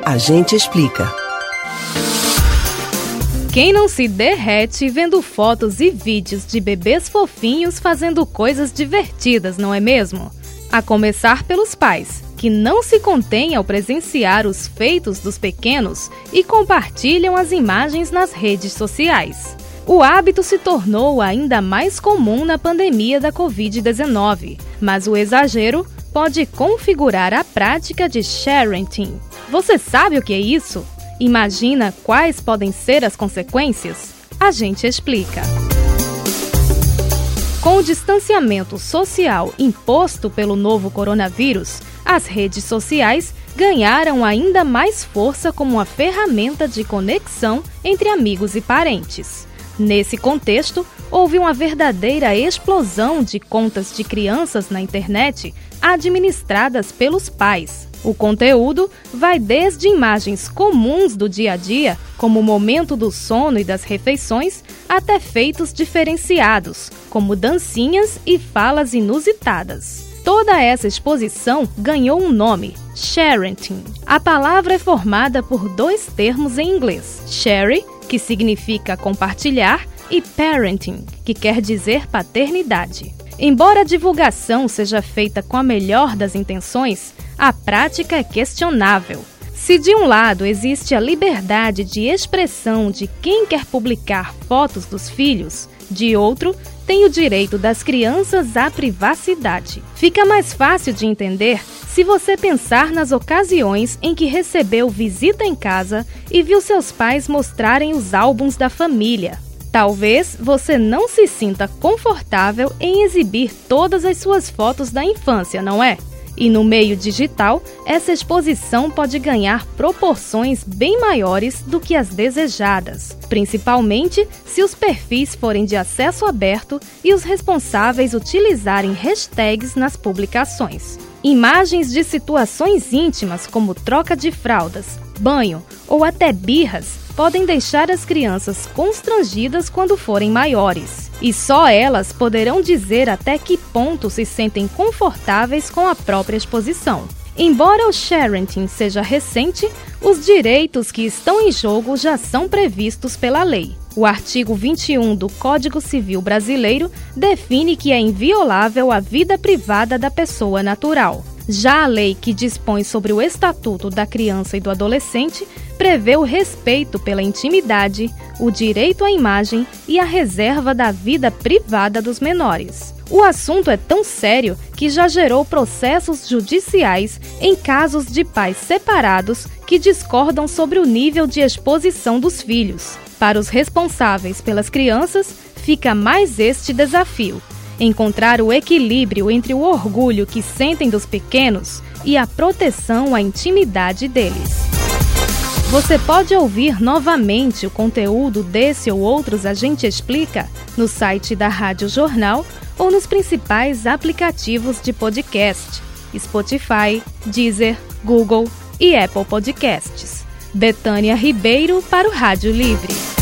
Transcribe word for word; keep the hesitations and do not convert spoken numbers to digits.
A gente explica. Quem não se derrete vendo fotos e vídeos de bebês fofinhos fazendo coisas divertidas, não é mesmo? A começar pelos pais, que não se contêm ao presenciar os feitos dos pequenos e compartilham as imagens nas redes sociais. O hábito se tornou ainda mais comum na pandemia da covid dezenove, mas o exagero pode configurar a prática de sharenting. Você sabe o que é isso? Imagina quais podem ser as consequências? A gente explica. Com o distanciamento social imposto pelo novo coronavírus, as redes sociais ganharam ainda mais força como uma ferramenta de conexão entre amigos e parentes. Nesse contexto, houve uma verdadeira explosão de contas de crianças na internet administradas pelos pais. O conteúdo vai desde imagens comuns do dia a dia, como o momento do sono e das refeições, até feitos diferenciados, como dancinhas e falas inusitadas. Toda essa exposição ganhou um nome, sharenting. A palavra é formada por dois termos em inglês, share, que significa compartilhar, e parenting, que quer dizer paternidade. Embora a divulgação seja feita com a melhor das intenções, a prática é questionável. Se de um lado existe a liberdade de expressão de quem quer publicar fotos dos filhos, de outro, tem o direito das crianças à privacidade. Fica mais fácil de entender se você pensar nas ocasiões em que recebeu visita em casa e viu seus pais mostrarem os álbuns da família. Talvez você não se sinta confortável em exibir todas as suas fotos da infância, não é? E no meio digital, essa exposição pode ganhar proporções bem maiores do que as desejadas, principalmente se os perfis forem de acesso aberto e os responsáveis utilizarem hashtags nas publicações. Imagens de situações íntimas como troca de fraldas, banho ou até birras podem deixar as crianças constrangidas quando forem maiores. E só elas poderão dizer até que ponto se sentem confortáveis com a própria exposição. Embora o sharenting seja recente, os direitos que estão em jogo já são previstos pela lei. O artigo vinte e um do Código Civil Brasileiro define que é inviolável a vida privada da pessoa natural. Já a lei que dispõe sobre o Estatuto da Criança e do Adolescente prevê o respeito pela intimidade, o direito à imagem e a reserva da vida privada dos menores. O assunto é tão sério que já gerou processos judiciais em casos de pais separados que discordam sobre o nível de exposição dos filhos. Para os responsáveis pelas crianças, fica mais este desafio: encontrar o equilíbrio entre o orgulho que sentem dos pequenos e a proteção à intimidade deles. Você pode ouvir novamente o conteúdo desse ou outros A Gente Explica no site da Rádio Jornal ou nos principais aplicativos de podcast, Spotify, Deezer, Google e Apple Podcasts. Betânia Ribeiro para o Rádio Livre.